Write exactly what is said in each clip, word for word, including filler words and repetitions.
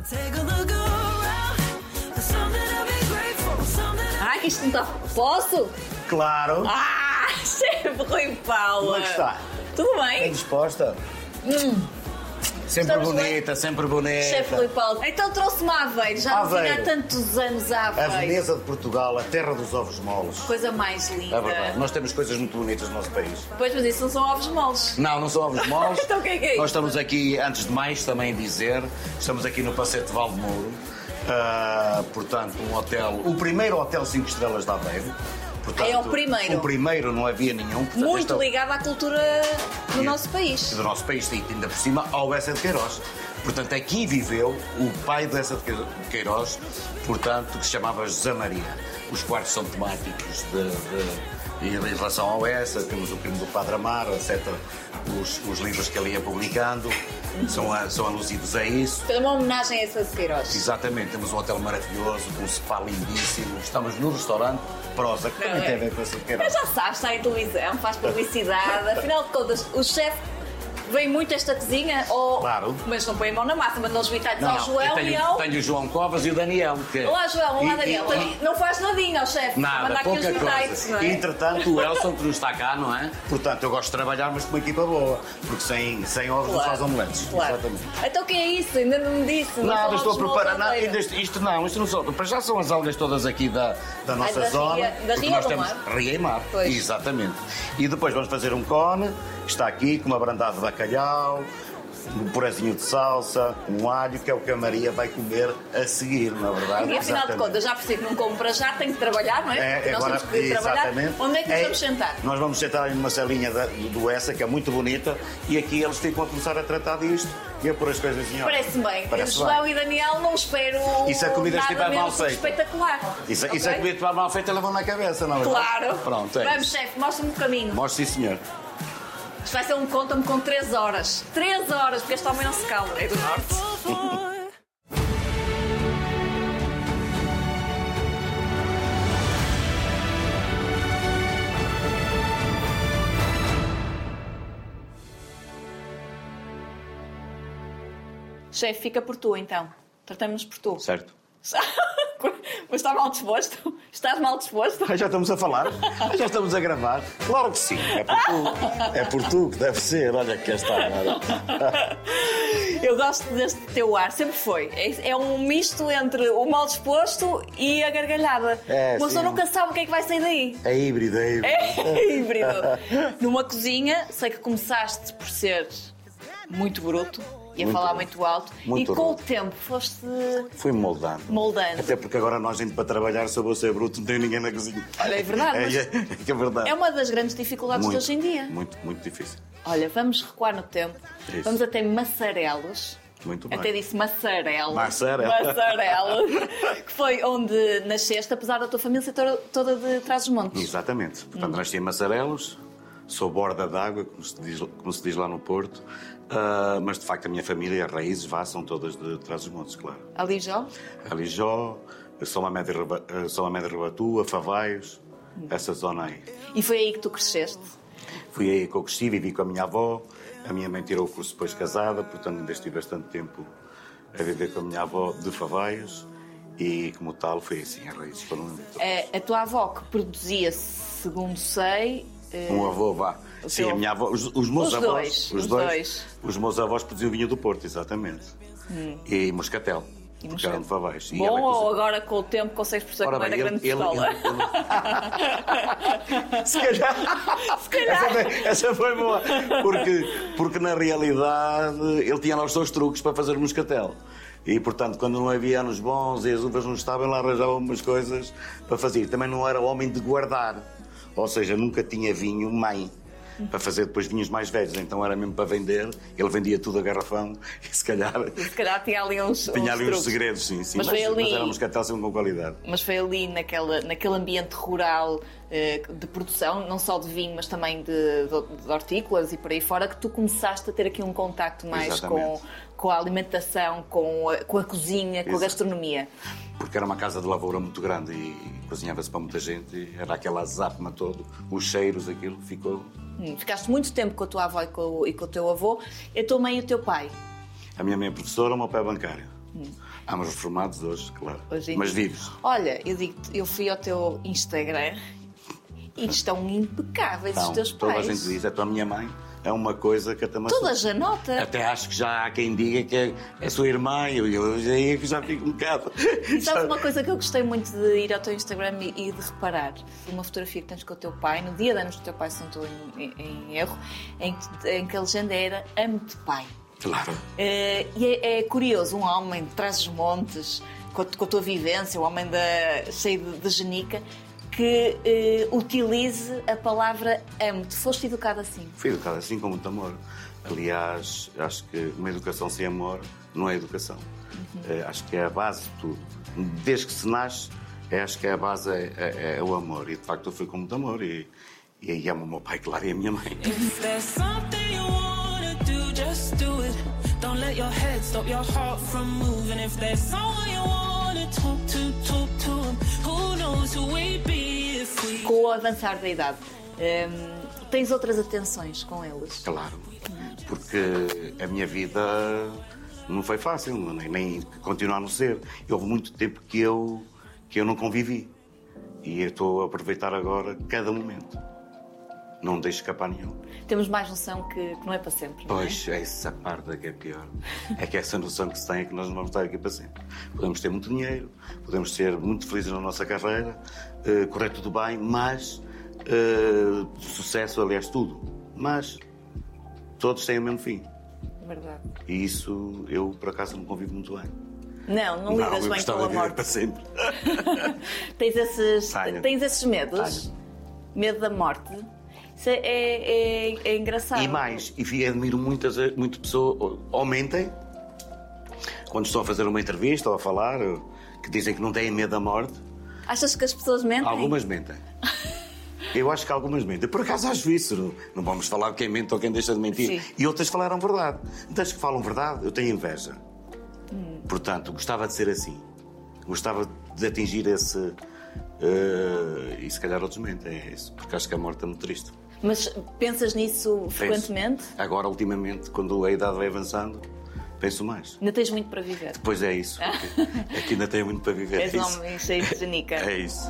Ai, que isto não está... Posso? Claro. Ah, chefe Rui Paula. Como é que está? Tudo bem? Bem disposta? Hum. Sempre Estamos bonita, bem? sempre bonita. Chefe Rui Paula. Então trouxe-me a Aveiro. Já não vinha há Aveiro. tantos anos a A Aveiro. Veneza de Portugal, a terra dos ovos moles. Coisa mais linda. É verdade. Nós temos coisas muito bonitas no nosso país. Pois, mas isso não são ovos moles. Não, não são ovos moles. Então o que é que é isso? Nós estamos aqui, antes de mais, também dizer, estamos aqui no Pacete Valdemouro. Uh, portanto, um hotel, o primeiro hotel cinco estrelas de Aveiro. Portanto, É o primeiro. O primeiro, não havia nenhum. Portanto, Muito este é o- ligado à cultura do E- nosso país. do nosso país, e ainda por cima ao Bessa de Queiroz. Portanto, aqui viveu o pai de Bessa de Queiroz, portanto, que se chamava José Maria. Os quartos são temáticos de, de- em relação ao Bessa, temos o crime do Padre Amaro, etcétera. Os, os livros que ele ia publicando são, a- são alusivos a isso. Foi uma homenagem a essa de Queiroz. Exatamente, temos um hotel maravilhoso, com um spa lindíssimo. Estamos no restaurante Prosa, que também tem a ver com essa de Queiroz. Mas já sabes, está em televisão, faz publicidade. Afinal de contas, o chefe vem muito a esta cozinha, ou... Claro. Mas não põe a mão na massa, mandou os bitados Não, ao não, João eu tenho, e ao... tenho o João Covas e o Daniel. Que... Olá, João, olá, E- Daniel. e- Também não faz nadinha ao chefe. Nada, Mandar aqui os pouca bitites, coisa. não é? Entretanto, o Elson, que não está cá, não é? Portanto, eu gosto de trabalhar, mas com uma equipa boa. Porque sem, sem ovos não faz omeletes. Claro. Exatamente. Então o que é isso? Ainda não me disse. Não Nada, são estou a ovos preparar. moles Nada, Aveiro. ainda isto, isto não, isto não são. Para já são as algas todas aqui da, da nossa da zona. ria- da porque ria nós ou do temos mar? ria e mar. Pois. Exatamente. E depois vamos fazer um cone, que está aqui, com uma brandada de bacalhau, um purezinho de salsa, um alho, que é o que a Maria vai comer a seguir, na verdade. E afinal de Exatamente. contas, já percebi que não como para já, tenho que trabalhar, não é? Porque nós agora- temos que trabalhar. exatamente. Onde é que nos É, vamos sentar? Nós vamos sentar ali numa salinha da, do Essa, que é muito bonita, e aqui eles ficam a começar a tratar disto e a pôr as coisas em ordem. Parece bem. Parece João bem. e Daniel não espero E se a comida nada estiver mal menos feita? espetacular. E se, e Ok? se a comida estiver mal feita, levam na cabeça, não é? Claro. Pronto, é Vamos, isso. chefe, mostra-me o caminho. Mostre, sim, senhor. Isto vai ser um conta-me com três horas. três horas, porque este homem não se cala. É do norte. Chefe, fica por tu, então. Tratamos-nos por tu. Certo. Mas está mal disposto? Estás mal disposto? Já estamos a falar? Já estamos a gravar? Claro que sim, é por tu. É por tu que deve ser, olha que esta agora. Eu gosto deste teu ar, sempre foi. É, é um misto entre o mal disposto e a gargalhada. É, Uma pessoa sim. nunca sabe o que é que vai sair daí. É híbrido, é híbrido. É híbrido. Numa cozinha, sei que começaste por ser muito bruto e a Muito falar bruto. muito alto. Muito e com bruto. o tempo foste Fui moldando. moldando. Até porque agora nós indo para trabalhar, se eu vou ser bruto, não tenho ninguém na cozinha. Olha, é verdade, É, mas- é, é que é verdade. É uma das grandes dificuldades muito, de hoje em dia. Muito, muito difícil. Olha, vamos recuar no tempo. Isso. Vamos até Massarelos. Muito bem. Até disse Massarelo. Massarelo. Massarelo. Que foi onde nasceste, apesar da tua família ser toda, toda de Trás-os-Montes. Exatamente. Portanto, Hum. nasci em Massarelos, sou borda d'água, como se diz, como se diz lá no Porto, ah, mas de facto a minha família, as raízes, vá, são todas de Trás-os-Montes, claro. Ali já? Alijó, São Mamede de Reba- eh, São Mamede de Rebatua, Favaios, essa zona aí. E foi aí que tu cresceste? Fui aí que eu cresci, vivi com a minha avó, a minha mãe tirou o curso depois casada, portanto ainda estive bastante tempo a viver com a minha avó de Favaios e como tal foi assim, as raízes foram... A, a tua avó que produzia, segundo sei... eh, Um avô, vá. O Sim, teu- a minha avó, os, os meus Os avós, dois, os dois. os meus avós produziam vinho do Porto, exatamente. E moscatel, E porque eram de Favaios. E Bom, ela ou cozinha- agora com o tempo consegues perceber Ora como bem, era ele- grande ele- pistola? Se calhar. Se calhar. Essa foi, essa foi boa. Porque, porque na realidade ele tinha lá os seus truques para fazer moscatel. E portanto, quando não havia anos bons e as uvas não estavam, ele arranjava umas coisas para fazer. Também não era homem de guardar. Ou seja, nunca tinha vinho mãe. Para fazer depois vinhos mais velhos, então era mesmo para vender. Ele vendia tudo a garrafão e se calhar Se calhar tinha ali uns, tinha uns ali uns truques. segredos, sim, sim. Mas Mas, foi ali- mas era um moscatel sempre com qualidade. Mas foi ali naquela, naquele ambiente rural eh, de produção, não só de vinho, mas também de, de, de hortícolas e por aí fora, que tu começaste a ter aqui um contacto mais com, Exatamente. com a alimentação, com a, com a cozinha, com a Exato. gastronomia. Porque era uma casa de lavoura muito grande e cozinhava-se para muita gente. E era aquela azapma todo, os cheiros, aquilo ficou... Hum, ficaste muito tempo com a tua avó e com, o- e com o teu avô. E a tua mãe e o teu pai? A minha mãe é professora, o meu pai é bancário. Hum. Há uns reformados hoje, claro. Hoje em Mas dia. vivos. Olha, eu digo eu fui ao teu Instagram e estão impecáveis Então, os teus toda pais. a gente diz, a tua minha mãe é uma coisa que até me Toda a assusta. janota. Até acho que já há quem diga que é, é sua irmã, e eu, eu aí é que já fico um bocado. E sabes uma coisa que eu gostei muito de ir ao teu Instagram e, e de reparar? Uma fotografia que tens com o teu pai, no dia de anos do teu pai, se não estou em, em, em erro, em que, em que a legenda era Amo-te, pai. Claro. Uh, e é, é curioso, um homem de trás-os-montes, com, a- com a tua vivência, um homem da, cheio de, de genica, que uh, utilize a palavra amo-te. Foste educado assim. Fui educado assim com muito amor. Aliás, acho que uma educação sem amor não é educação. Uhum. Eh, acho que é a base de tudo. Desde que se nasce, eh, acho que a base é, é- é o amor. E de facto eu fui com muito amor. E, e aí amo o meu pai, claro, e a minha mãe. If there's something you wanna do, just do it. Don't let your head stop your heart from moving. If there's someone you wanna talk to, talk to him. Who knows who we'd be if we... Com o avançar da idade, um, tens outras atenções com eles? Claro. Porque a minha vida não foi fácil, nem, nem continua a não ser. E houve muito tempo que eu, que eu não convivi. E eu estou a aproveitar agora cada momento. Não deixo escapar nenhum. Temos mais noção que, que não é para sempre, não é? Pois, é essa parte é que é pior. É que essa noção que se tem é que nós não vamos estar aqui para sempre. Podemos ter muito dinheiro, podemos ser muito felizes na nossa carreira, eh, correr tudo bem, mas eh, sucesso, aliás, tudo. Mas todos têm o mesmo fim. Verdade. E isso eu, por acaso, não convivo muito bem. Não, não lidas eu bem com gostava a de viver morte. para sempre. Tens esses, Tenho. tens esses medos? Medo da morte? Isso é, é, é- é engraçado. E mais, e vi- admiro muitas muito pessoas, ou- ou mentem, quando estão a fazer uma entrevista ou a falar, ou- que dizem que não têm medo da morte. Achas que as pessoas mentem? Algumas mentem. Eu acho que algumas mentem. Por acaso acho isso. Não, não vamos falar de quem mente ou quem deixa de mentir. Sim. E outras falaram verdade. Das que falam verdade, eu tenho inveja. Hum. Portanto, gostava de ser assim. Gostava de atingir esse... eh, e se calhar outros mentem, é isso. Porque acho que a morte é muito triste. Mas pensas nisso Penso. frequentemente? Agora, ultimamente, quando a idade vai avançando, penso mais. Ainda tens muito para viver. Pois é isso. É que ainda tenho muito para viver. És é um isso. homem cheio de genica. É isso.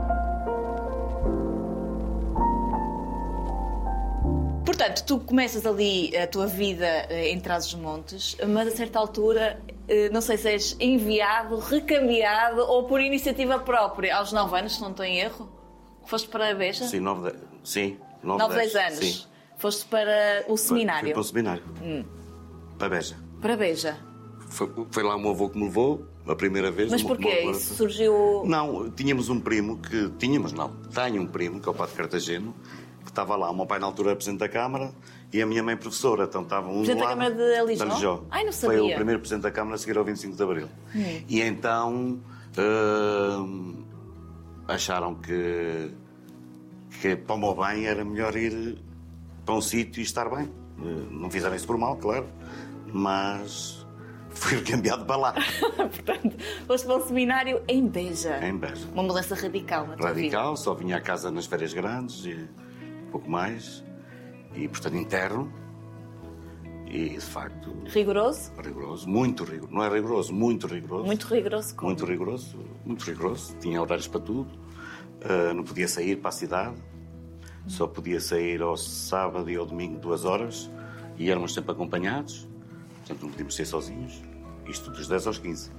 Portanto, tu começas ali a tua vida eh, em Trás-os-Montes, mas a certa altura, eh, não sei se és enviado, recambiado ou por iniciativa própria, aos nove anos, se não estou em erro, foste para a Beja? Sim, nove, de... Sim, nove, Nove, dez anos. Sim. Foste para o seminário. Fui para o seminário. Para Beja. Para a Beja. Foi, foi lá o meu avô que me levou, a primeira vez. Mas o meu- porquê? o meu avô- Isso surgiu... Não, tínhamos um primo que... Tínhamos, não. Tenho um primo, que é o Padre Cartageno, que estava lá. O meu pai, na altura, era Presidente da Câmara e a minha mãe, professora. Então estavam um Presidente da lado- Câmara de Alijó? de Alijó. Ai, não Foi sabia. o primeiro Presidente da Câmara a seguir ao vinte e cinco de Abril. Hum. E então... hum, acharam que... que para o meu bem era melhor ir para um sítio e estar bem. Eh, Não fizeram isso por mal, claro, mas fui cambiado para lá, Portanto, foste para um seminário em Beja. em Beja. Uma mudança radical na tua vida. Radical, só vinha a casa nas férias grandes e pouco mais. E, portanto, interno. E, de facto, Rigoroso? rigoroso, muito rigoroso. Não é rigoroso, muito rigoroso. Muito rigoroso. Como? Muito rigoroso, muito rigoroso. Tinha horários para tudo. Ah, não podia sair para a cidade. Só podia sair ao sábado e ao domingo duas horas. E éramos sempre acompanhados. Portanto, não podíamos ser sozinhos. Isto dos dez aos quinze.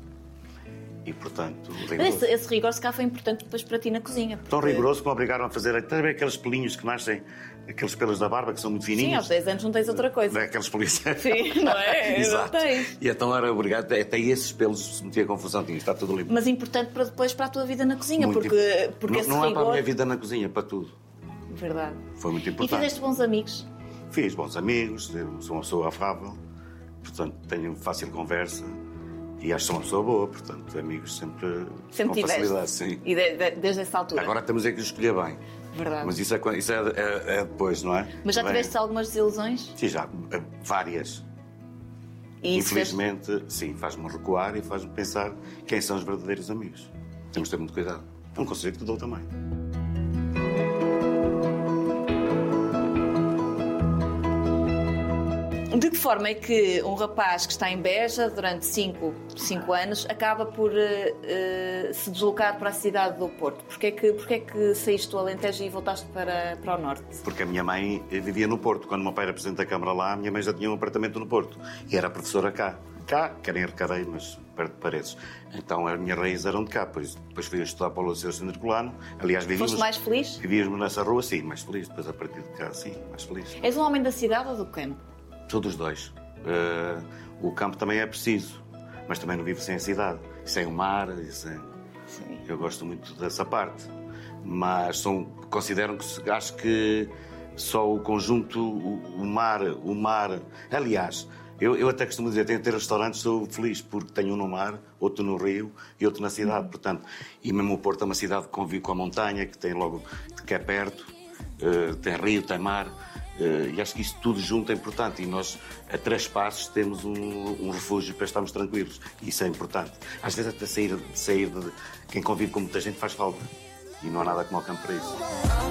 E, portanto, Mas rigoroso. esse, esse rigor se cá foi importante depois para ti na cozinha. Tão porque- rigoroso que me obrigaram a fazer até ver aqueles pelinhos que nascem, aqueles pelos da barba que são muito fininhos. Sim, aos dez anos não tens outra coisa. Aqueles pelos. Sim, não é? Exato. Não tens. E então era obrigado, até esses pelos se metia confusão, tinha, está tudo limpo. Mas importante para depois para a tua vida na cozinha, Muito porque, imp- porque não, esse não é rigor... para a minha vida na cozinha, para tudo. Verdade. Foi muito E importante. fizeste bons amigos? Fiz bons amigos, eu sou uma pessoa afável, portanto tenho fácil conversa e acho que sou uma pessoa boa, portanto amigos sempre, Sempre com tiveste? facilidade, sim. E de- de- desde essa altura? Agora temos é que escolher bem. Verdade. Mas isso é, quando- isso é, é- é depois, não é? Mas já Bem, tiveste algumas desilusões? Sim, já, eh, várias. E isso fez- Infelizmente, sim, faz-me recuar e faz-me pensar quem são os verdadeiros amigos. Temos de ter muito cuidado. É um conselho que te dou também. De que forma é que um rapaz que está em Beja durante cinco anos acaba por uh, uh, se deslocar para a cidade do Porto? Porquê é que, porquê é que saíste do Alentejo e voltaste para, para o Norte? Porque a minha mãe vivia no Porto. Quando o meu pai era Presidente da Câmara lá, a minha mãe já tinha um apartamento no Porto. E era professora cá. Cá, que era em Arcadeio, mas perto de Paredes. Então as minhas raízes eram de cá. Depois, depois fui a estudar para o Liceu Centro Herculano. Aliás, vivíamos... Foste mais feliz? Vivíamos nessa rua, sim, mais feliz. Depois, a partir de cá, sim, mais feliz. És um homem da cidade ou do campo? Todos os dois. Uh, o campo também é preciso, mas também não vivo sem a cidade. Sem o mar, sem... Sim. Eu gosto muito dessa parte. Mas são, considero que acho que só o conjunto, o, o mar, o mar... Aliás, eu, eu até costumo dizer, tenho que ter restaurantes, sou feliz, porque tenho um no mar, outro no rio e outro na cidade. Uhum. Portanto, e mesmo o Porto é uma cidade que convive com a montanha, que tem logo, que é perto, uh, tem rio, tem mar. Uh, e acho que isso tudo junto é importante. E nós, a três passos, temos um, um refúgio para estarmos tranquilos. E isso é importante. Às vezes até sair, sair de... Quem convive com muita gente faz falta. E não há nada como o campo para isso.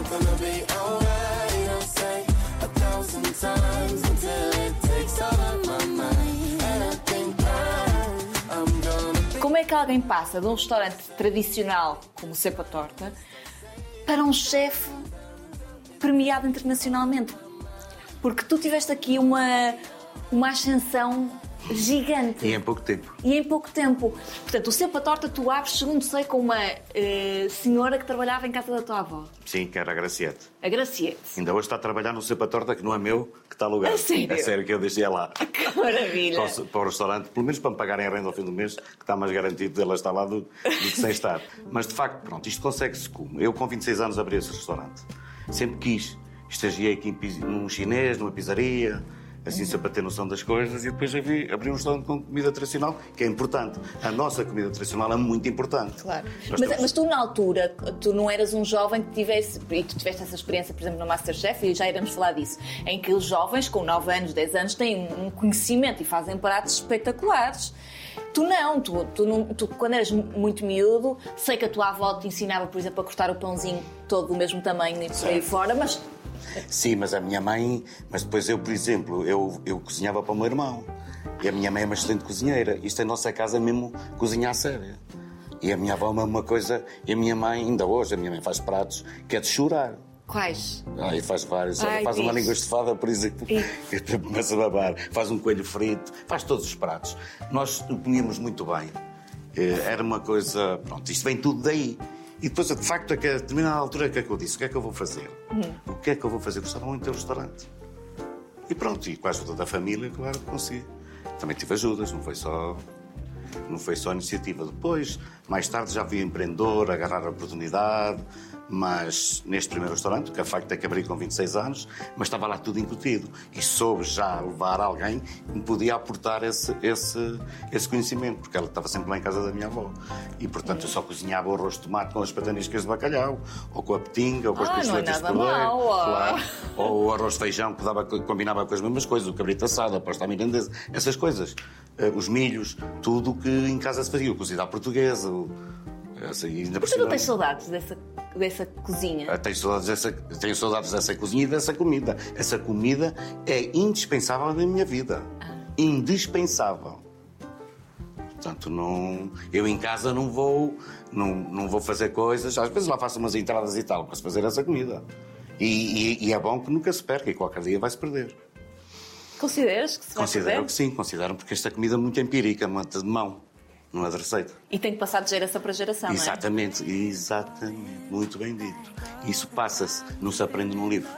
Como é que alguém passa de um restaurante tradicional, como o Cepa Torta, para um chefe premiado internacionalmente? Porque tu tiveste aqui uma, uma ascensão gigante. E em pouco tempo. E em pouco tempo. Portanto, o Cepa Torta tu abres, segundo sei, com uma uh, senhora que trabalhava em casa da tua avó. Sim, que era a Graciete. A Graciete. Ainda hoje está a trabalhar no Cepa Torta, que não é meu, que está alugado. A sério? É sério que eu deixei lá. Que maravilha. Para o, para o restaurante, pelo menos para me pagarem a renda ao fim do mês, que está mais garantido dela estar lá do, do que sem estar. Mas, de facto, pronto, isto consegue-se como? Eu, com vinte e seis anos, abri esse restaurante. Sempre quis. Estagiei aqui num chinês, numa pizzaria, assim só para ter noção das coisas, e depois abri, abri um restaurante com comida tradicional, que é importante. A nossa comida tradicional é muito importante. Claro. Mas, temos... mas tu, na altura, tu não eras um jovem que tivesse, e tu tiveste essa experiência, por exemplo, no Masterchef, e já iremos falar disso, em que os jovens com nove anos, dez anos, têm um conhecimento e fazem pratos espetaculares. Tu não, tu, tu não, tu quando eras muito miúdo, sei que a tua avó te ensinava, por exemplo, a cortar o pãozinho todo do mesmo tamanho e por aí fora, mas... Sim, mas a minha mãe... Mas depois eu, por exemplo, eu, eu cozinhava para o meu irmão. E a minha mãe é uma excelente cozinheira. Isto é a nossa casa mesmo cozinha a sério. E a minha avó é uma coisa... E a minha mãe, ainda hoje, a minha mãe faz pratos que é de chorar. Quais? Ah, e faz vários. Ai, faz bicho. uma língua estufada, por exemplo, que começa a babar. Faz um coelho frito, faz todos os pratos. Nós comíamos muito bem. Era uma coisa... Pronto, isto vem tudo daí. E depois, de facto, a determinada altura, o que é que eu disse? O que é que eu vou fazer? Hum. O que é que eu vou fazer? Gostava muito de ter um restaurante. E pronto, e com a ajuda da família, claro, consegui. Também tive ajudas, não foi só... Não foi só iniciativa. Depois, mais tarde, já fui empreendedor, agarrar a oportunidade, mas neste primeiro restaurante, que é facto é que abri com vinte e seis anos, mas estava lá tudo incutido. E soube já levar alguém que me podia aportar esse, esse, esse conhecimento, porque ela estava sempre lá em casa da minha avó. E, portanto, eu só cozinhava o arroz de tomate com as pataniscas de bacalhau, ou com a petinga, ou com as ah, costeletas de cordeiro. Claro. Ou o arroz de feijão, que dava, combinava com as mesmas coisas, o cabrito assado, a pasta mirandesa, essas coisas. Os milhos, tudo o que em casa se fazia, o cozido à portuguesa. Essa, e ainda Mas tu não tens saudades dessa, dessa cozinha? Tenho saudades, dessa, tenho saudades dessa cozinha e dessa comida. Essa comida é indispensável na minha vida. Ah. Indispensável. Portanto, não, eu em casa não vou, não, não vou fazer coisas. Às vezes lá faço umas entradas e tal para se fazer essa comida. E, e, e é bom que nunca se perca e qualquer dia vai-se perder. Consideras que se vai Considero perder? que sim, considero, porque esta comida é muito empírica, manta de mão. Não é de receita. E tem que passar de geração para geração, exatamente, não é? Exatamente, muito bem dito. Isso passa-se, não se aprende num livro.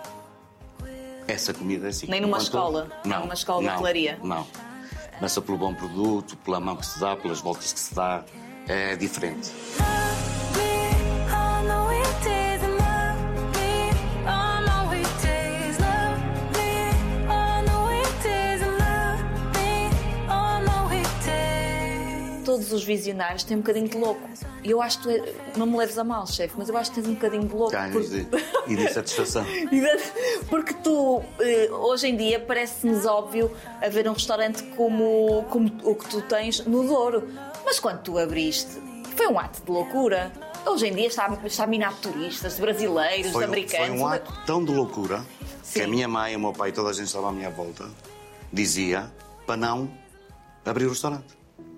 Essa comida é assim. Nem numa Enquanto... escola, não, numa escola não, de hotelaria. Não, começa pelo bom produto, pela mão que se dá, pelas voltas que se dá, é diferente. Todos os visionários têm um bocadinho de louco. E eu acho que tu é... não me leves a mal, chefe, mas eu acho que tens um bocadinho de louco. Ah, porque... de... E de satisfação. Porque tu, hoje em dia, parece-nos óbvio haver um restaurante como, como o que tu tens no Douro. Mas quando tu abriste, foi um ato de loucura. Hoje em dia está, está a minar turistas, brasileiros, foi, americanos. Foi um ato tão de loucura. Sim. Que a minha mãe, o meu pai, toda a gente estava à minha volta. dizia para não abrir o restaurante.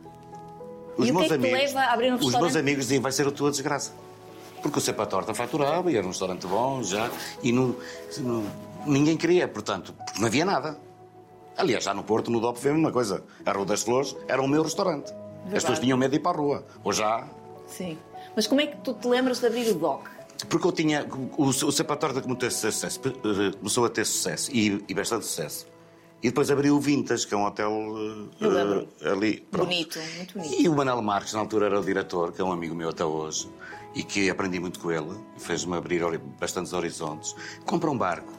Os E o meus que é que te amigos, leva a abrir um Os restaurante? meus amigos diziam vai ser a tua desgraça. Porque o Cepa Torta faturava e era um restaurante bom já e não, não, ninguém queria, portanto, porque não havia nada. Aliás, já no Porto, no D O P, foi a mesma coisa. A Rua das Flores era o meu restaurante. Verdade. As pessoas tinham medo de ir para a rua. Ou já. Sim. Mas como é que tu te lembras de abrir o D O C? Porque eu tinha. O, o Cepa Torta começou a ter sucesso, começou a ter sucesso e, e bastante sucesso. E depois abriu o Vintage, que é um hotel Eu lembro. uh, ali. Pronto. Bonito, muito bonito. E o Manel Marques, na altura, era o diretor, que é um amigo meu até hoje, e que aprendi muito com ele, fez-me abrir ori- bastantes horizontes. Compra um barco.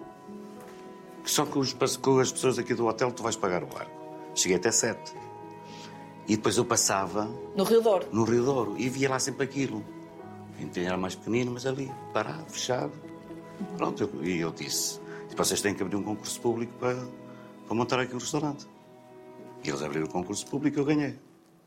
Só com, os, com as pessoas aqui do hotel tu vais pagar o barco. Cheguei até sete. E depois eu passava No Rio Douro. no Rio Douro e via lá sempre aquilo. Então era mais pequenino, mas ali, parado, fechado. Pronto, eu, e eu disse, vocês têm que abrir um concurso público para, para montar aqui um restaurante. E eles abriram o concurso público e eu ganhei.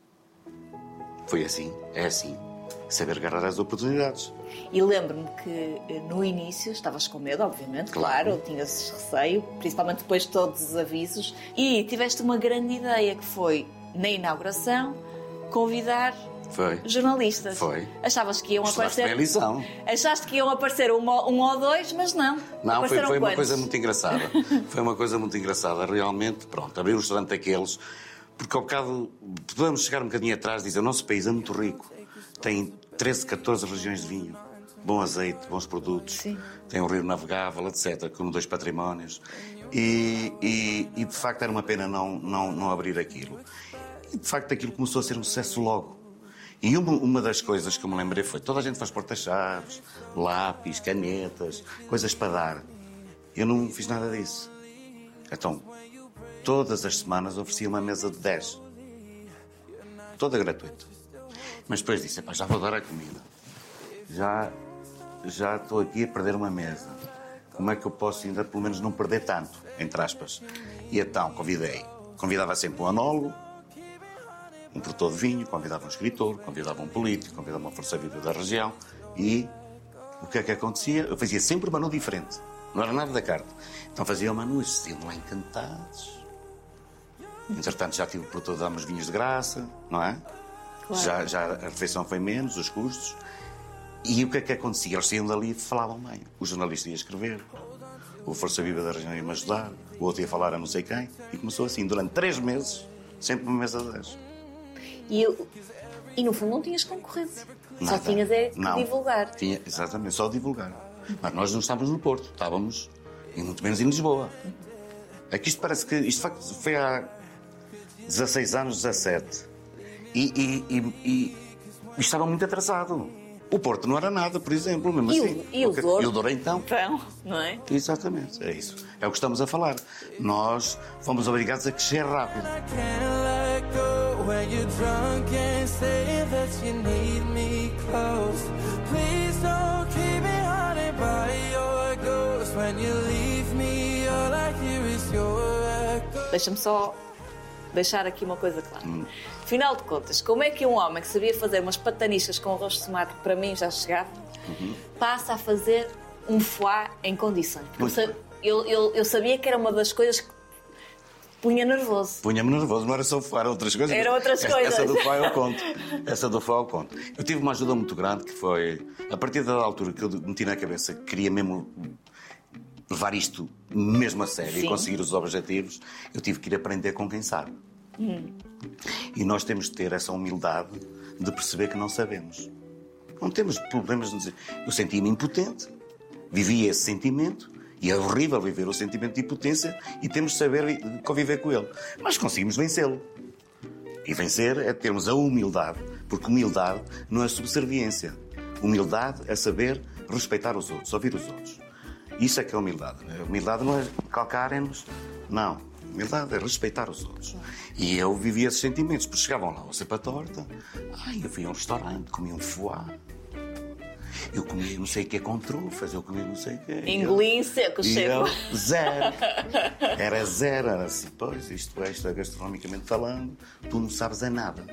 Foi assim, é assim. Saber agarrar as oportunidades. E lembro-me que eh, no início estavas com medo, obviamente, Claro. claro, tinhas receio, principalmente depois de todos os avisos, e tiveste uma grande ideia que foi, na inauguração, convidar Foi. jornalistas. Foi. Achavas que iam Estudaste bem a aparecer. lição. Achaste que iam aparecer um, um ou dois, mas não. Não, foi, Apareceram foi uma quantos? coisa muito engraçada. Foi uma coisa muito engraçada. Realmente, pronto, abrir um restaurante daqueles, porque ao bocado podemos chegar um bocadinho atrás e dizer, o nosso país é muito rico. Tem treze, catorze regiões de vinho. Bom azeite, bons produtos. Sim. Tem um rio navegável, etcétera, com dois patrimónios. E, e, e, de facto, era uma pena não, não, não abrir aquilo. E, de facto, aquilo começou a ser um sucesso logo. E uma, uma das coisas que eu me lembrei foi, toda a gente faz porta-chaves, lápis, canetas, coisas para dar. Eu não fiz nada disso. Então, todas as semanas oferecia uma mesa de dez. Toda gratuita. Mas depois disse, "Epá, já vou dar a comida. Já, já estou aqui a perder uma mesa. Como é que eu posso ainda, pelo menos, não perder tanto?" Entre aspas. E então, convidei. Convidava sempre um anólogo, um produtor de vinho, convidava um escritor, convidava um político, convidava uma força-viva da região. E o que é que acontecia? Eu fazia sempre um menu diferente. Não era nada da carta. Então fazia o menu e se iam lá encantados. Entretanto, já tive o produtor de dar uns vinhos de graça, não é? Claro. Já, já a refeição foi menos, os custos. E o que é que acontecia? Eles saíam dali e falavam bem. O jornalista ia escrever, o Força Viva da região ia-me ajudar, o outro ia falar a não sei quem. E começou assim, durante três meses, sempre uma mesa de dez. E, eu- e no fundo não tinhas concorrência. Só Nada. tinhas é que Não. divulgar. Tinha, exatamente, só divulgar. Mas nós não estávamos no Porto, estávamos, e muito menos em Lisboa. É que isto parece que, isto de facto foi há dezasseis anos, dezassete. E, e, e, e, e estava muito atrasado. O Porto não era nada, por exemplo, mesmo E o- assim. e o Ok, Douro? E o Douro então? Então, não é? Exatamente, é isso. É o que estamos a falar. Nós fomos obrigados a crescer rápido. I can't let go when you're drunk and say that you need me close. Please don't keep me haunted by your ghost. When you leave me, all I hear is your echo. Deixa-me só deixar aqui uma coisa clara. Hum. Afinal de contas, como é que um homem que sabia fazer umas pataniscas com arroz de tomate, que para mim já chegava, Uhum. passa a fazer um foie em condições? Porque eu, Muito sa- bem. eu, eu, eu sabia que era uma das coisas que punha nervoso. Punha-me nervoso, não era só foar, eram outras coisas. Eram outras essa, coisas. Essa do foie eu conto. Essa do foie eu conto. Eu tive uma ajuda muito grande que foi, a partir da altura que eu meti na cabeça que queria mesmo levar isto mesmo a sério Sim. e conseguir os objetivos, eu tive que ir aprender com quem sabe. Hum. E nós temos de ter essa humildade de perceber que não sabemos. Não temos problemas de dizer. Eu sentia-me impotente, vivia esse sentimento, e é horrível viver o sentimento de impotência e temos de saber conviver com ele. Mas conseguimos vencê-lo. E vencer é termos a humildade, porque humildade não é subserviência. Humildade é saber respeitar os outros, ouvir os outros. Isso é que é humildade. A humildade não é calcarem-nos, não. Humildade é respeitar os outros. E eu vivia esses sentimentos, porque chegavam lá ao Cepa Torta, ai, eu fui a um restaurante, comi um foie, eu comi não sei o que com trufas, eu comi não sei o que. Engoli em seco, E chego. eu, zero. Era zero, era assim, pois, isto é, gastronomicamente falando, tu não sabes é nada.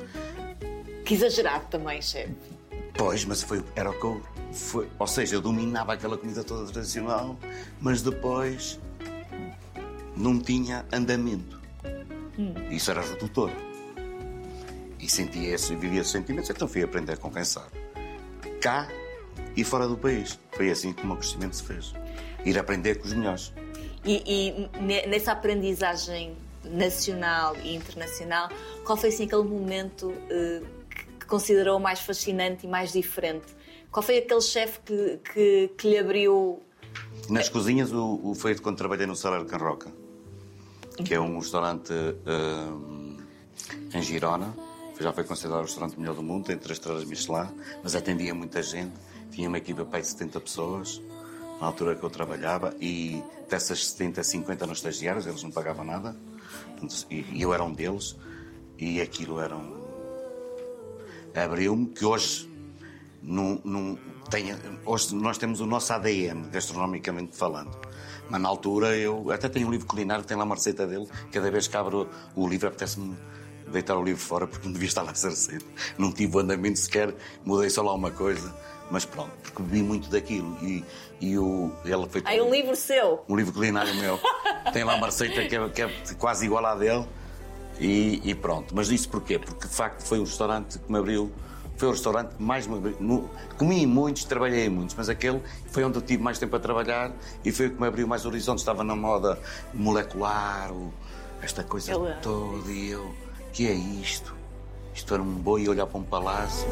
Que exagerado também, chefe. Pois, mas foi, era o que eu... Foi, ou seja, eu dominava aquela comida toda tradicional, mas depois não tinha andamento. Hum. Isso era redutor. E sentia esse, vivia esses sentimentos, então fui aprender com quem sabe. Cá e fora do país. Foi assim que o meu crescimento se fez. Ir aprender com os melhores. E, e nessa aprendizagem nacional e internacional, qual foi assim aquele momento uh, que considerou mais fascinante e mais diferente? Qual foi aquele chefe que, que, que lhe abriu... Nas cozinhas, o, o foi quando trabalhei no Salário Can Roca, que é um restaurante uh, em Girona. Já foi considerado o restaurante melhor do mundo, tem três estrelas Michelin, mas atendia muita gente. Tinha uma equipa para setenta pessoas, na altura que eu trabalhava, e dessas setenta, cinquenta eram estagiários, eles não pagavam nada, e eu era um deles, e aquilo era um... Abriu-me, que hoje, não, não tem... hoje nós temos o nosso A D N, gastronomicamente falando. Mas na altura eu até tenho um livro culinário, tem lá uma receita dele, cada vez que abro o livro apetece-me deitar o livro fora porque não devia estar lá a ser receita. Não tive o andamento sequer, mudei só lá uma coisa, mas pronto, porque bebi muito daquilo. E, e o, ela foi. Aí um livro seu? Um livro culinário meu. Tem lá uma receita que é, que é quase igual à dele e, e pronto. Mas isso porquê? Porque de facto foi um restaurante que me abriu. Foi o restaurante que mais me abriu. No, comi em muitos, trabalhei em muitos, mas aquele foi onde eu tive mais tempo a trabalhar e foi o que me abriu mais horizontes. Estava na moda molecular, o, esta coisa eu... toda, e eu. Que é isto? Isto era um boi a olhar para um palácio.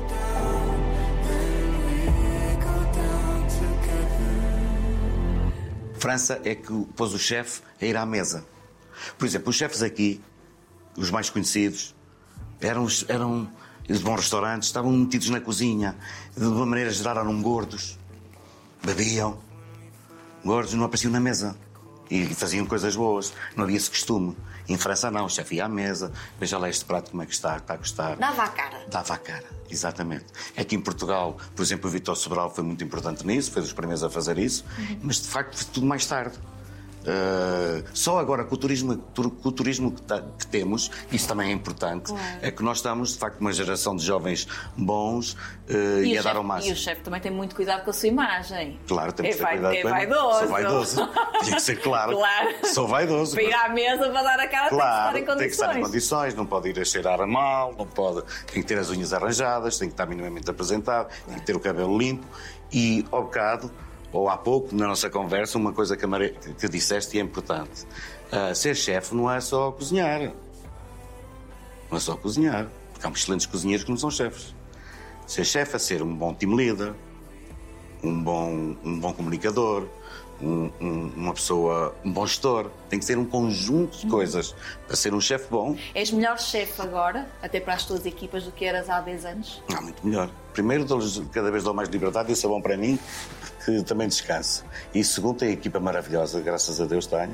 França é que pôs o chefe a ir à mesa. Por exemplo, os chefes aqui, os mais conhecidos, eram, eram de bons restaurantes, estavam metidos na cozinha, de uma maneira geral eram gordos, bebiam, gordos, não apareciam na mesa. E faziam coisas boas, não havia esse costume. Em França não, o chefe ia à mesa, veja lá este prato como é que está, está a gostar. Dava a cara. Dava a cara, exatamente. Aqui em Portugal, por exemplo, o Vítor Sobral foi muito importante nisso, foi dos primeiros a fazer isso, uhum. Mas de facto foi tudo mais tarde. Uh, só agora com o turismo, com o turismo que, tá, que temos, isso também é importante, claro. É que nós estamos de facto uma geração de jovens bons uh, e, e a dar ao máximo. E o chefe também tem muito cuidado com a sua imagem. Claro, temos que ter vai, cuidado é com vaidoso. Sou vaidoso. Tinha que ser claro. Claro. Sou vaidoso. Para ir à mesa para dar a cara claro, tem que estar em condições. Tem que estar em condições, não pode ir a cheirar a mal, não pode, tem que ter as unhas arranjadas, tem que estar minimamente apresentado, claro. Tem que ter o cabelo limpo e ao bocado. Ou há pouco, na nossa conversa, uma coisa que, a Maria, que disseste e é importante. Uh, ser chefe não é só cozinhar. Não é só cozinhar. Porque há excelentes cozinheiros que não são chefes. Ser chefe é ser um bom team leader, um bom, um bom comunicador, um, um, uma pessoa, um bom gestor. Tem que ser um conjunto de coisas para ser um chefe bom. És melhor chefe agora, até para as tuas equipas, do que eras há dez anos? Não, muito melhor. Primeiro, cada vez dou mais liberdade, isso é bom para mim, que também descanso. E segundo, tenho a equipa maravilhosa, graças a Deus tenho.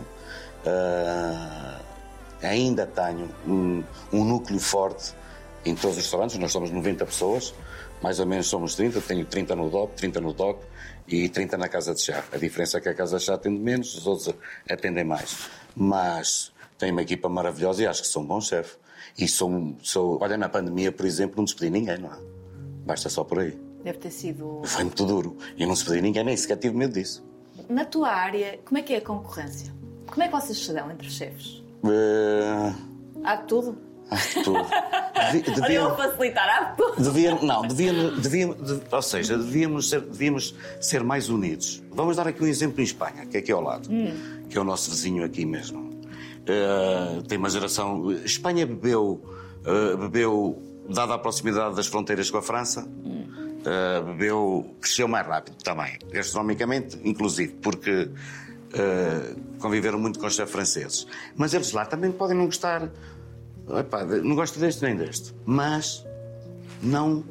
Uh, ainda tenho um, um núcleo forte em todos os restaurantes, nós somos noventa pessoas, mais ou menos somos trinta, tenho trinta no D O C, trinta no D O C e trinta na Casa de Chá. A diferença é que a Casa de Chá atende menos, os outros atendem mais. Mas tenho uma equipa maravilhosa e acho que sou um bom chefe. E sou, sou, olha, na pandemia, por exemplo, não despedi ninguém, não é? Basta só por aí. Deve ter sido... Foi muito duro. E não se despedi ninguém, nem sequer tive medo disso. Na tua área, como é que é a concorrência? Como é que vocês se dão entre os chefes? Uh... Há de tudo? Há de tudo. Devia, devia, eu facilitar, há de tudo. Devia, não, devíamos, devíamos, dev, ou seja, devíamos ser, devíamos ser mais unidos. Vamos dar aqui um exemplo em Espanha, que é aqui ao lado, hum. que é o nosso vizinho aqui mesmo. Uh, tem uma geração... Espanha bebeu, uh, bebeu, dada a proximidade das fronteiras com a França, hum. uh, bebeu, cresceu mais rápido também, gastronomicamente, inclusive, porque uh, conviveram muito com os chefes franceses. Mas eles lá também podem não gostar... Epá, não gosto deste nem deste, mas não,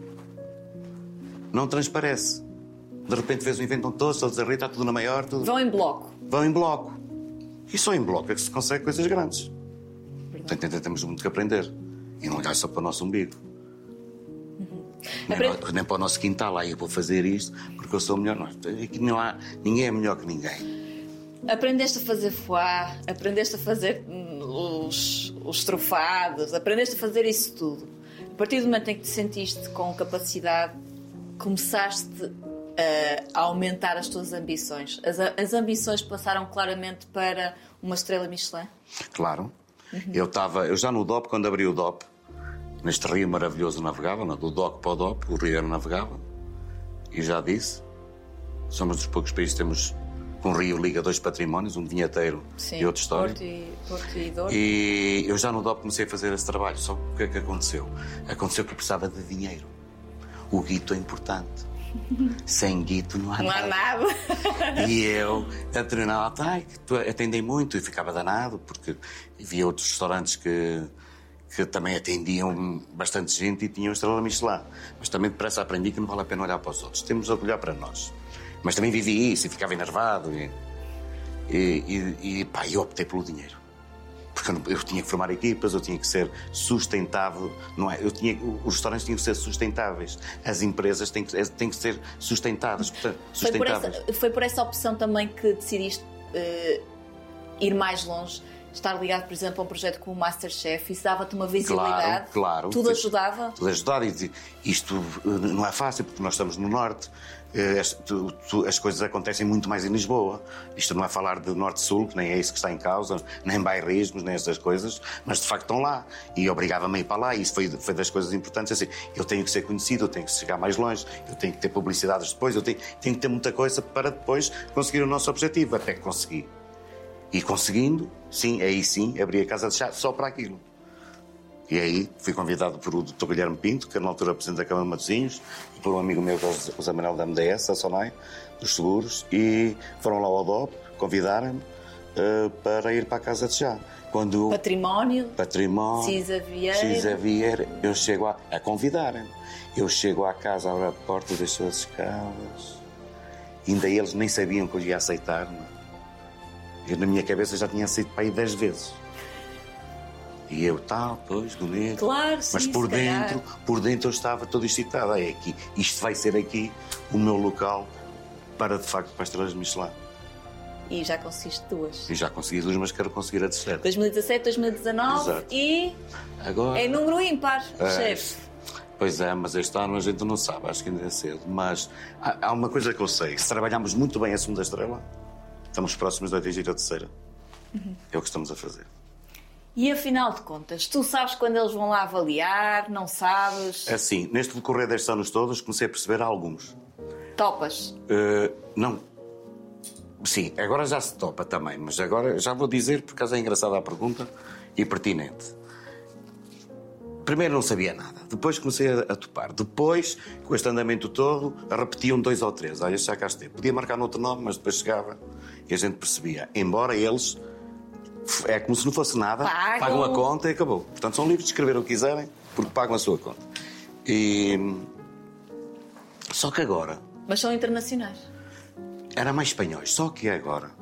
não transparece. De repente fez um evento onde todos, todos a rir, está tudo na maior. Tudo... Vão em bloco. Vão em bloco. E só em bloco é que se consegue coisas grandes. Verdade. Portanto, temos muito que aprender. E não olhar só para o nosso umbigo. Uhum. Nem, Aprende... no, nem para o nosso quintal. Aí eu vou fazer isto porque eu sou o melhor. Não, aqui não há, ninguém é melhor que ninguém. Aprendeste a fazer foie, aprendeste a fazer os, os trofados, aprendeste a fazer isso tudo. A partir do momento em que te sentiste com capacidade, começaste a aumentar as tuas ambições? As, as ambições passaram claramente para uma estrela Michelin? Claro. Uhum. Eu estava, eu já no D O P, quando abri o D O P, neste rio maravilhoso navegava, não? Do D O C para o D O P, o rio era navegava. E já disse, somos dos poucos países que temos que um rio liga dois patrimónios, um vinheteiro Sim, e outra história. Porto e, Porto e Douro. E eu já no D O P comecei a fazer esse trabalho. Só que o que é que aconteceu? Aconteceu que eu precisava de dinheiro. O guito é importante. Sem guito não há não nada. Não há nada. E eu, a treinar, ai, atendei muito e ficava danado, porque havia outros restaurantes que, que também atendiam bastante gente e tinham estrela Michelin. Mas também depressa aprendi que não vale a pena olhar para os outros. Temos a olhar para nós. Mas também vivi isso e ficava enervado. E, e, e, e pá, eu optei pelo dinheiro. Porque eu, eu tinha que formar equipas, eu tinha que ser sustentável, não é? Eu tinha, os restaurantes tinham que ser sustentáveis, as empresas têm que, têm que ser sustentadas. Portanto, sustentáveis. Foi, por essa, foi por essa opção também que decidiste uh, ir mais longe, estar ligado, por exemplo, a um projeto como o Masterchef, isso dava-te uma visibilidade? Claro, claro. Tudo ajudava? Tudo ajudava. E isto não é fácil, porque nós estamos no Norte. As, tu, tu, as coisas acontecem muito mais em Lisboa. Isto não é falar de Norte-Sul, que nem é isso que está em causa, nem bairrismos, nem essas coisas, mas de facto estão lá. E obrigava-me a ir para lá, e isso foi, foi das coisas importantes. Assim, eu tenho que ser conhecido, eu tenho que chegar mais longe, eu tenho que ter publicidades depois, eu tenho, tenho que ter muita coisa para depois conseguir o nosso objetivo. Até que consegui. E conseguindo, sim, aí sim, abri a casa de chá só para aquilo. E aí fui convidado por o doutor Guilherme Pinto, que era na altura presidente da Câmara de Matosinhos, e por um amigo meu, o Zé Manuel da M D S, a Sonai, dos seguros, e foram lá ao D O P, convidaram-me uh, para ir para a casa de chá. Quando Património, Património, Cisa Vieira. Cisa Vieira, eu chego a, a convidarem-me. Eu chego à casa, abro a porta, deixo as escadas. Ainda eles nem sabiam que eu ia aceitar-me. Eu, na minha cabeça, já tinha aceito para aí dez vezes. E eu, tal, pois, bonito. Claro, sim, mas por dentro, calhar. por dentro eu estava todo excitado. É aqui, isto vai ser aqui o meu local para, de facto, para as estrelas Michelin. E já conseguiste duas. E já consegui duas, mas quero conseguir a terceira. dois mil e dezassete, dois mil e dezanove. Exato. E agora é número ímpar, é, chefe. Pois é, mas este ano a gente não sabe, acho que ainda é cedo. Mas há, há uma coisa que eu sei, se trabalharmos muito bem a segunda estrela, estamos próximos de atingir a terceira. Uhum. É o que estamos a fazer. E afinal de contas, tu sabes quando eles vão lá avaliar, não sabes? Assim, neste decorrer destes anos todos, comecei a perceber alguns. Topas? Uh, não. Sim, agora já se topa também, mas agora já vou dizer, por acaso é engraçada a pergunta e pertinente. Primeiro não sabia nada, depois comecei a, a topar. Depois, com este andamento todo, repetiam dois ou três. Olha, já cá esteve. Podia marcar no outro nome, mas depois chegava e a gente percebia. Embora eles, é como se não fosse nada, pagam, pagam a conta e acabou. Portanto, são livres de escrever o que quiserem, porque pagam a sua conta. E... Só que agora... Mas são internacionais. Era mais espanhóis, só que agora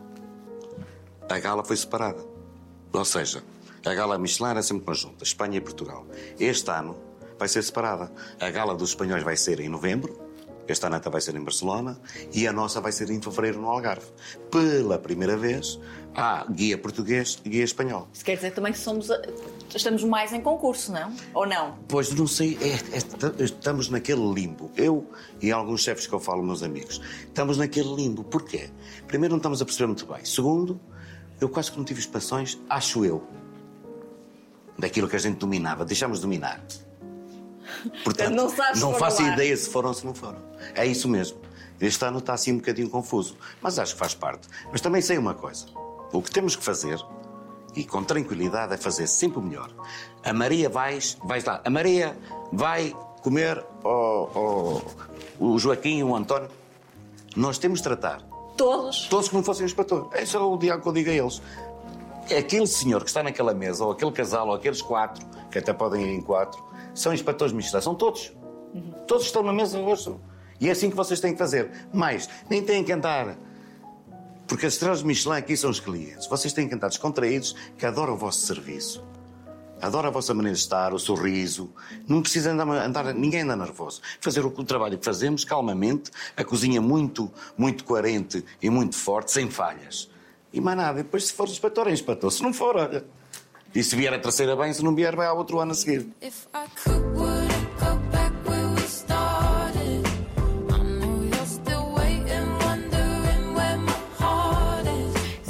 a gala foi separada. Ou seja, a gala Michelin era sempre conjunta, Espanha e Portugal. Este ano vai ser separada. A gala dos espanhóis vai ser em novembro, este ano até vai ser em Barcelona, e a nossa vai ser em fevereiro no Algarve. Pela primeira vez há guia português e guia espanhol. Isso quer dizer também que somos, estamos mais em concurso, não? Ou não? Pois não sei, é, é, estamos naquele limbo. Eu e alguns chefes que eu falo, meus amigos, estamos naquele limbo. Porquê? Primeiro, não estamos a perceber muito bem. Segundo, eu quase que não tive expansões, acho eu, daquilo que a gente dominava. Deixámos de dominar. Portanto, não, sabes não faço falar. ideia se foram ou se não foram. É isso mesmo. Este ano está assim um bocadinho confuso. Mas acho que faz parte. Mas também sei uma coisa. O que temos que fazer, e com tranquilidade, é fazer sempre o melhor. A Maria vais, vais lá. A Maria vai comer ao, ao, o Joaquim e o António. Nós temos de tratar Todos? todos como fossem o inspetor. Esse é o diálogo que eu digo a eles. Aquele senhor que está naquela mesa, ou aquele casal, ou aqueles quatro, que até podem ir em quatro, são inspectores de Michelin. São todos. Uhum. Todos estão na mesa hoje. E é assim que vocês têm que fazer. Mas nem têm que andar... Porque as estrelas de Michelin aqui são os clientes. Vocês têm que andar descontraídos, que adoram o vosso serviço. Adoram a vossa maneira de estar, o sorriso. Não precisa andar, andar ninguém anda nervoso. Fazer o, o trabalho que fazemos, calmamente, a cozinha muito, muito coerente e muito forte, sem falhas. E mais nada. Depois, se for inspetor, é inspetor. Se não for, olha. E se vier a terceira bem, se não vier, vai ao outro ano a seguir. If I could, would I go back where we started? I know you're still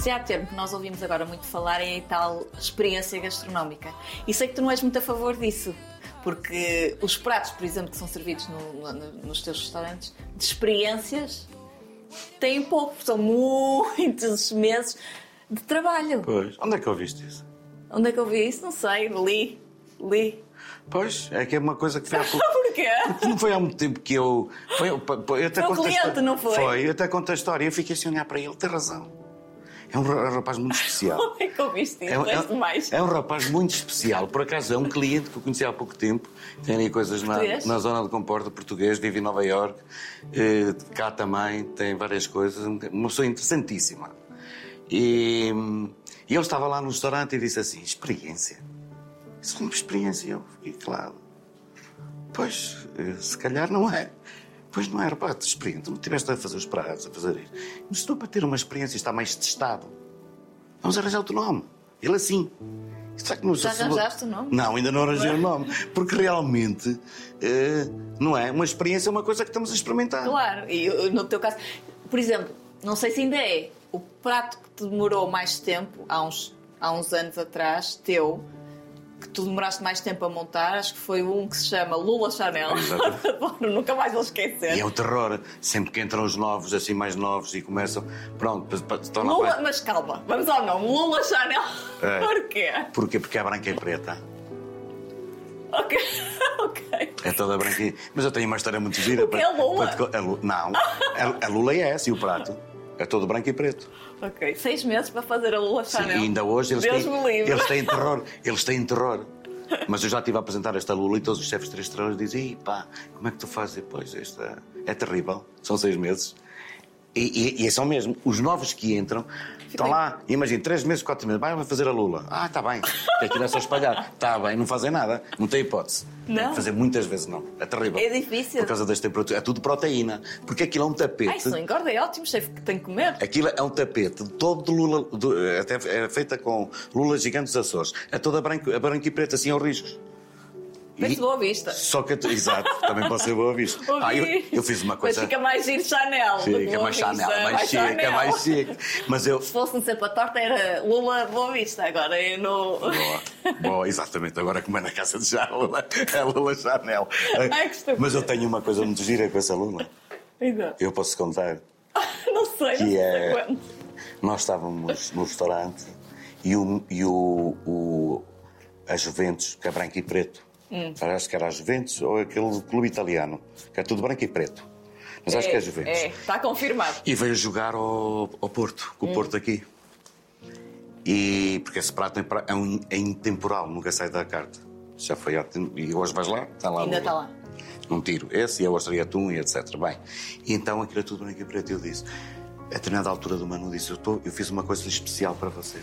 Se há termo que nós ouvimos agora muito falar é a tal experiência gastronómica. E sei que tu não és muito a favor disso. Porque os pratos, por exemplo, que são servidos no, no, nos teus restaurantes, de experiências, têm pouco. São muitos meses de trabalho. Pois, onde é que ouviste isso? Onde é que eu vi isso? Não sei. Li. Li. Pois, é que é uma coisa que foi há pouco... Porquê? Porque não foi há muito tempo que eu... Foi, eu até Foi um cliente, história... não foi? Foi, eu até conto a história. Eu fiquei assim a olhar para ele, tem razão. É um rapaz muito especial. Onde é que ouviste isso? É, um- É, demais. é um rapaz muito especial. Por acaso, é um cliente que eu conheci há pouco tempo. Tem aí coisas na, Português? na zona de Comporta, português, vive em Nova Iorque. Eh, cá também, tem várias coisas. Uma pessoa interessantíssima. E, e ele estava lá no restaurante e disse assim, experiência. Isso foi uma experiência. Eu fiquei claro. Pois, eh, se calhar não é. Pois não é, rapaz, experiência. Não estiveste a fazer os pratos, a fazer isto. Mas estou para ter uma experiência, está mais testado. Vamos arranjar outro nome. Ele assim. Será que não Já arranjaste o nome? Não, ainda não arranjei o nome. Porque realmente, eh, não é? Uma experiência é uma coisa que estamos a experimentar. Claro. E eu, no teu caso... Por exemplo, não sei se ainda é, o prato que te demorou mais tempo, há uns, há uns anos atrás, teu... que tu demoraste mais tempo a montar, acho que foi um que se chama Lula Chanel. Adoro, nunca mais vou esquecer. E é o terror. Sempre que entram os novos, assim mais novos, e começam... Pronto, estão lá Lula, para... mas calma, vamos ao nome. Lula Chanel. É. Porquê? Porquê? Porque é branca e preta. Ok, ok. É toda branquinha. Mas eu tenho uma história muito gira. O que é Lula? para te co- é Lu- Não, a, a Lula é essa e o prato. É todo branco e preto. Ok, seis meses para fazer a Lula Sim, Chanel. e ainda hoje eles Deus têm, me livre. eles têm terror. Eles têm terror. Mas eu já estive a apresentar esta Lula e todos os chefes de três estrelas dizem: "Ih, pá, como é que tu fazes depois? Esta é terrível. São seis meses." E, e, e são mesmo. Os novos que entram estão lá, imagina, três meses, quatro meses, vai fazer a Lula. Ah, está bem. Tem que ir a só espalhar. Está bem, não fazem nada. Não tem hipótese. Não? Tem que fazer muitas vezes, não. É terrível. É difícil. Por causa das temperaturas. É tudo proteína. Porque aquilo é um tapete. Ai, isso não engorda, é ótimo, chefe, que tem que comer. Aquilo é um tapete todo de lula, de- até é feita com lulas gigantes Açores. É toda branco, a branco e preto, assim aos riscos. Parece Boa Vista. Só que, exato, também pode ser Boa Vista. Boa Ah, eu, Vista. eu fiz uma coisa. Mas fica mais giro Chanel. do que Fica Boa mais Vista. Chanel, mais chique, é Chanel. mais chique. Mas eu. Se fosse um sempre a torta, era Lula Boa Vista. Agora é no. Boa, boa, exatamente. Agora como é na casa de Chanel, é Lula Chanel. Ai, que estúpido. Mas eu tenho uma coisa muito gira com essa Lula. Exato. Eu posso contar. Não sei, não Que sei é- quando. Nós estávamos no restaurante e o, e o, o a Juventus, que é branco e preto. Hum. Acho que era a Juventus ou aquele clube italiano, que é tudo branco e preto. Mas acho que é a Juventus. É, está confirmado. E veio jogar ao, ao Porto, com o Porto aqui. E porque esse prato é pra- é, um, é intemporal, nunca sai da carta. Já foi ótimo. E hoje vais lá, está lá. Ainda o- está lá. Num tiro. Esse e a ostra e atum e etcétera. Bem, e então aquilo é tudo branco e preto. Eu disse, a determinada altura do menu, disse: eu, tô, eu fiz uma coisa especial para vocês.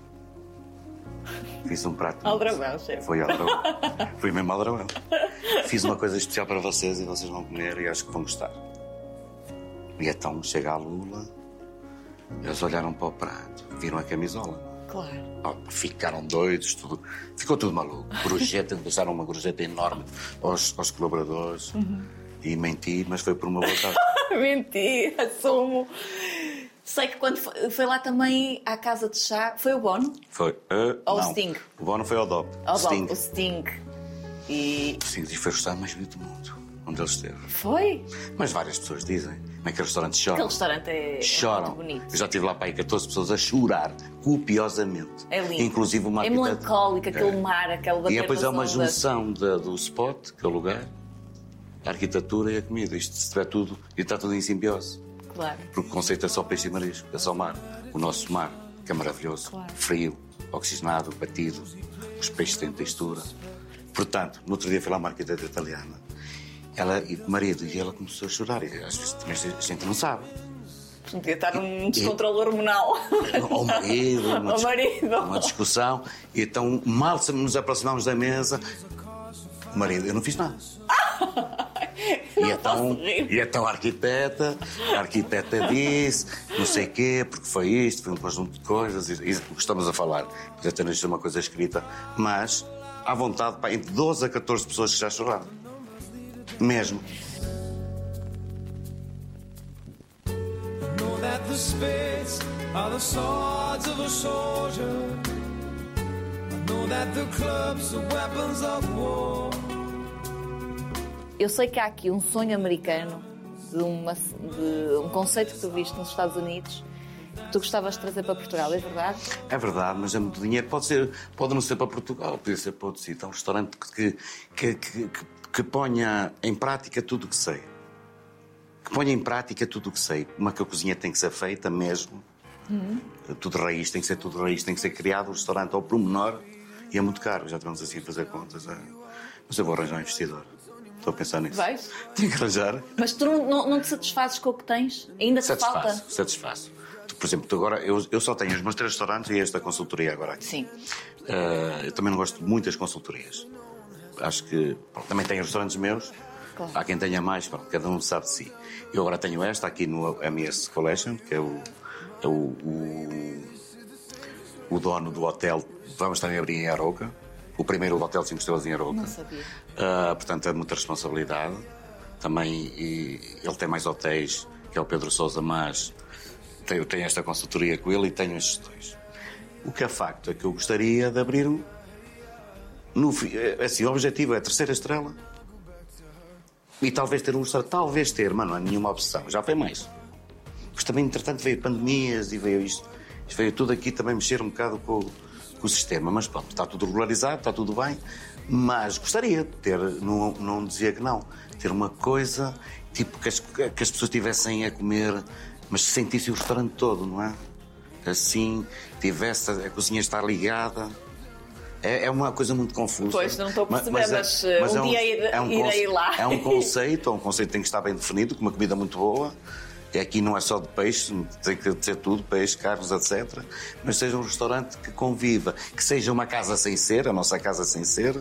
Fiz um prato. Aldrabão, chefe. Foi Aldrabão. Fui mesmo Aldrabão. Fiz uma coisa especial para vocês e vocês vão comer e acho que vão gostar. E então chega a Lula, eles olharam para o prato, viram a camisola. Claro. Oh, ficaram doidos, tudo. Ficou tudo maluco. Gorjeta, deixaram uma gorjeta enorme aos, aos colaboradores. E menti, mas foi por uma boa causa. Mentira, assumo. Sei que quando foi, foi lá também à casa de chá, foi o Bono? Foi. Uh, Ou o não. Sting? O Bono foi ao D O P. Ou Sting. o Sting. E Sting e foi o restaurante mais bonito do mundo, onde ele esteve. foi? Mas várias pessoas dizem. Naquele restaurante choram. Aquele restaurante é, é Choram. muito bonito. Eu já estive lá para aí catorze pessoas a chorar copiosamente. É lindo. Inclusive uma É arquiteta- melancólico, aquele É. mar, aquele bater E depois é das uma ondas. junção da- do spot, que é o lugar, a arquitetura e a comida. Isto se estiver tudo, e está tudo em simbiose. Claro. Porque o conceito é só peixe e marisco, é só mar. O nosso mar, que é maravilhoso, Claro. frio, oxigenado, batido, os peixes têm textura. Portanto, no outro dia fui lá uma arquiteta italiana, ela e o marido, e ela começou a chorar. E às vezes também a gente não sabe. Podia estar num descontrole hormonal. Ao marido, uma, Ao dis- marido. uma discussão. E então, mal nos aproximámos da mesa, o marido, eu não fiz nada. E então, posso rir. e então a arquiteta, a arquiteta disse, não sei o quê, porque foi isto, foi um conjunto de coisas, e, e o que estamos a falar. Podia ter nascido uma coisa escrita, mas à vontade, pá, entre doze a catorze pessoas que já choraram. Mesmo. Know that the spirits are the swords of a soldier. I know that the clubs are weapons of war. Eu sei que há aqui um sonho americano de, uma, de um conceito que tu viste nos Estados Unidos que tu gostavas de trazer para Portugal, é verdade? É verdade, mas é muito dinheiro. Pode, ser, pode não ser para Portugal, pode ser para outro sítio. É um restaurante que, que, que, que, que ponha em prática tudo o que sei. Que ponha em prática tudo o que sei. Como é que a cozinha tem que ser feita mesmo. Uhum. Tudo raiz, tem que ser tudo raiz, tem que ser criado o restaurante ao pormenor. E é muito caro, já estamos assim a fazer contas. É. Mas eu vou arranjar um investidor. Estou a pensar nisso. Vais? Tenho que arranjar. Mas tu não, não, não te satisfazes com o que tens? Ainda te satisfaço, falta? Satisfaço. Por exemplo, tu agora, eu, eu só tenho os meus três restaurantes e esta consultoria agora aqui. Sim. Uh, eu também não gosto de muitas consultorias. Acho que bom, também tenho restaurantes meus. Claro. Há quem tenha mais, bom, cada um sabe de si. Eu agora tenho esta aqui no M S Collection, que é o, é o, o, o dono do hotel. Vamos também abrir em Arouca. O primeiro hotel cinco estrelas em Arouca. Não sabia. Uh, portanto, é muita responsabilidade. Também e, ele tem mais hotéis, que é o Pedro Sousa, mas eu tenho esta consultoria com ele e tenho estes dois. O que é facto é que eu gostaria de abrir um. No, assim, o objetivo é a terceira estrela. E talvez ter um restaurante. Talvez ter, mas não é nenhuma opção. Já foi mais. Mas também, entretanto, veio pandemias e veio isto. Isto veio tudo aqui também mexer um bocado com, com o sistema. Mas pronto, está tudo regularizado, está tudo bem. Mas gostaria de ter, não, não dizia que não, ter uma coisa tipo que as, que as pessoas estivessem a comer, mas sentissem o restaurante todo, não é? Assim, tivesse a cozinha estar ligada. É, é uma coisa muito confusa. Pois, não estou a perceber, mas, mas, mas um é um, dia irei é um conce- lá. É um conceito, é um conceito que tem que estar bem definido, com uma comida muito boa. E aqui não é só de peixe, tem que ser tudo, peixe, carnes, etcétera. Mas seja um restaurante que conviva, que seja uma casa sem ser, a nossa casa sem ser,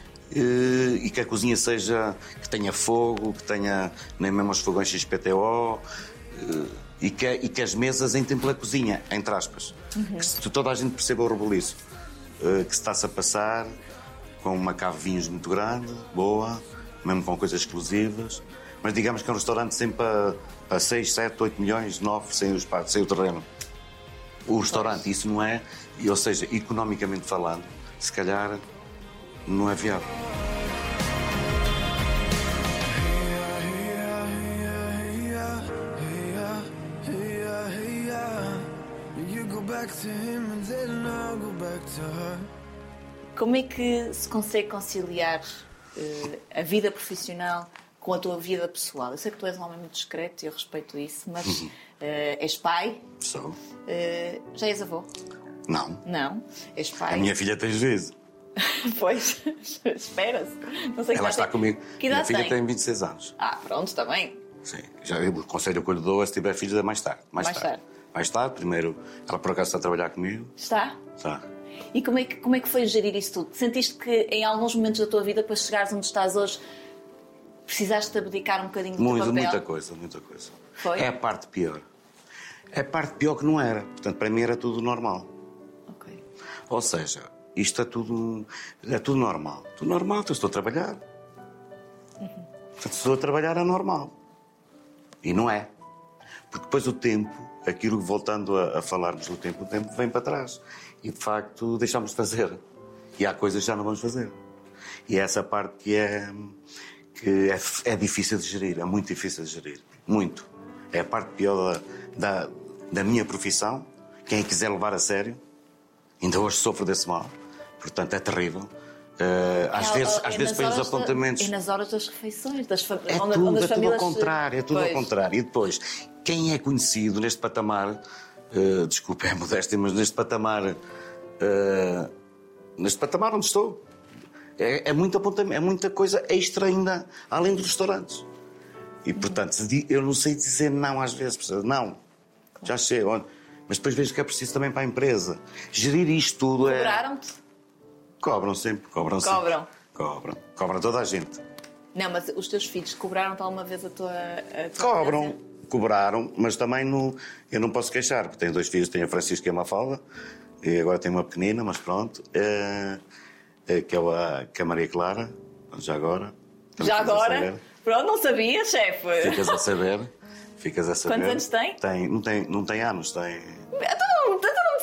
e que a cozinha seja, que tenha fogo, que tenha nem mesmo os fogões X P T O, e que, e que as mesas entrem pela cozinha, entre aspas. Uhum. Que toda a gente perceba o rebuliço que se está-se a passar, com uma cave de vinhos muito grande, boa, mesmo com coisas exclusivas. Mas digamos que é um restaurante sempre para, para seis, sete, oito milhões, nove, sem o espaço, sem o terreno. O restaurante, isso não é, ou seja, economicamente falando, se calhar não é viável. Como é que se consegue conciliar uh, a vida profissional com a tua vida pessoal? Eu sei que tu és um homem muito discreto e eu respeito isso, mas uh, és pai? Sou. Uh, já és avô? Não. Não? És pai? A minha filha tem juízo. Pois, espera-se. Não sei que Ela está tem. comigo. Que Minha idade filha tem? tem vinte e seis anos. Ah, pronto, está bem. Sim. Já, o conselho que eu lhe dou é se tiver filhos é mais tarde. Mais, Mais tarde. tarde. Mais tarde, primeiro, ela por acaso está a trabalhar comigo. Está? Está. E como é, que, como é que foi gerir isso tudo? Sentiste que em alguns momentos da tua vida, para chegares onde estás hoje, precisaste de abdicar um bocadinho do Muito, teu papel? muita coisa, muita coisa. Foi? É a parte pior. É a parte pior que não era. Portanto, para mim era tudo normal. Ok. Ou seja, isto é tudo, é tudo normal. Tudo normal, eu estou a trabalhar. Uhum. Portanto, se estou a trabalhar é normal. E não é. Porque depois o tempo, aquilo voltando a, a falarmos do tempo, o tempo vem para trás. E de facto deixamos de fazer. E há coisas que já não vamos fazer. E é essa parte que é, que é, é difícil de gerir, é muito difícil de gerir. Muito. É a parte pior da, da, da minha profissão. Quem a quiser levar a sério, ainda hoje sofre desse mal. Portanto, é terrível. Uh, às é, vezes, é, às é vezes pelos apontamentos. Da, é nas horas das refeições, das fa... É onde, tudo, onde as é famílias... tudo ao contrário, é tudo pois. ao contrário. E depois, quem é conhecido neste patamar, uh, desculpa, é modéstia, mas neste patamar, uh, neste patamar onde estou, é, é, muito apontamento, é muita coisa extra ainda, além dos restaurantes. E, portanto, eu não sei dizer não às vezes, não, já chego, mas depois vejo que é preciso também para a empresa. Gerir isto tudo é... Cobraram-te? Cobram sempre, cobram sempre. Cobram? Cobram, cobram toda a gente. Não, mas os teus filhos cobraram-te alguma vez a tua... A tua Cobram, finança? cobraram, mas também no, eu não posso queixar, porque tenho dois filhos, tenho a Francisca e a Mafalda, e agora tenho uma pequenina, mas pronto, é, é, que, é a, que é a Maria Clara, já agora. Já agora? Pronto, não sabia, chefe. Ficas a saber, ficas a saber. Quantos anos tem? Tem, não tem? Não tem anos, tem... Então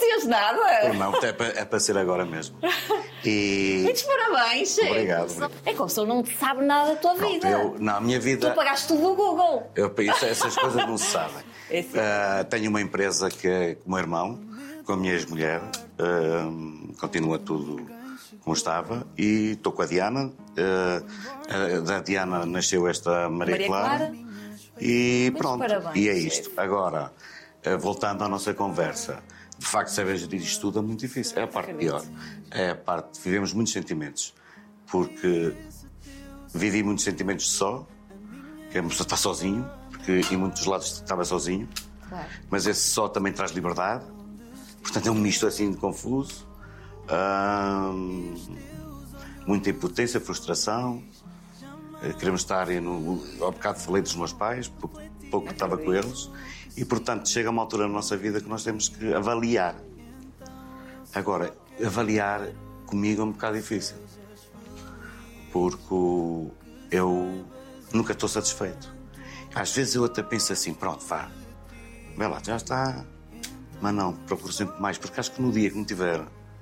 dizias nada. Não, é para, é para ser agora mesmo. E... Muitos parabéns. Obrigado. É como se eu não sabe nada da tua Pronto, vida. eu, na minha vida... Tu pagaste tudo no Google. Eu, isso, essas coisas não se sabem. É sim. Uh, tenho uma empresa que é com o meu irmão, com a minha ex-mulher. Uh, continua tudo como estava. E estou com a Diana. Uh, uh, da Diana nasceu esta Maria, Maria Clara. Clara. E Muitos pronto. parabéns, E é chefe. isto. Agora, uh, voltando à nossa conversa. De facto, saber gerir isto tudo é muito difícil. É a parte pior. É a parte... Vivemos muitos sentimentos. Porque vivi muitos sentimentos só. Que a pessoa está sozinho. Porque em muitos lados estava sozinho. Claro. Mas esse só também traz liberdade. Portanto, é um misto assim de confuso. Hum, muita impotência, frustração. Queremos estar no... Ao bocado falei dos meus pais, pouco, pouco estava com eles. E, portanto, chega uma altura na nossa vida que nós temos que avaliar. Agora, avaliar comigo é um bocado difícil. Porque eu nunca estou satisfeito. Às vezes eu até penso assim, pronto, vá, vai lá, já está. Mas não, procuro sempre mais, porque acho que no dia que não tiver uh,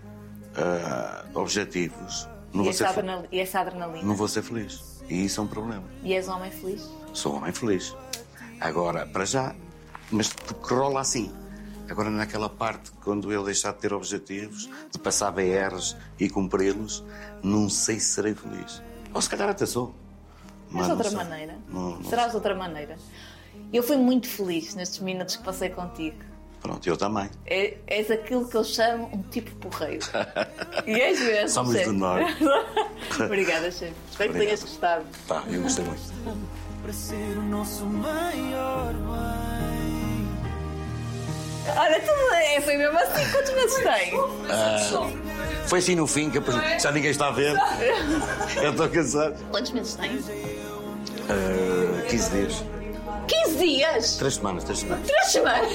objetivos, não E vou, essa, ser adrenal... e essa adrenalina? não vou ser feliz. E isso é um problema. E és homem feliz? Sou um homem feliz. Agora, para já, mas porque rola assim. Agora, naquela parte, quando eu deixar de ter objetivos, de passar B Rs e cumpri-los, não sei se serei feliz. Ou se calhar até sou. Mas de outra sei. maneira? Não, não Serás sei. de outra maneira? Eu fui muito feliz nestes minutos que passei contigo. Pronto, eu também. É, és aquilo que eu chamo um tipo porreiro. E és mesmo. Somos chefe. do norte. Obrigada, chefe. Espero que Obrigado. tenhas gostado. Tá, eu gostei muito. Para ser o nosso maior bem. Olha, tudo é, foi mesmo assim. Quantos meses tem? Foi assim no fim, que depois já ninguém está a ver. Eu estou cansado. Quantos meses tem? Uh, quinze dias. quinze dias? Três semanas, três semanas. Três semanas?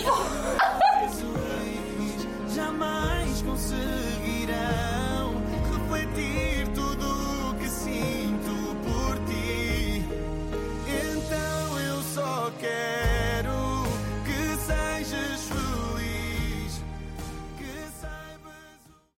Jamais conseguirão refletir tudo o que sinto por ti. Então eu só quero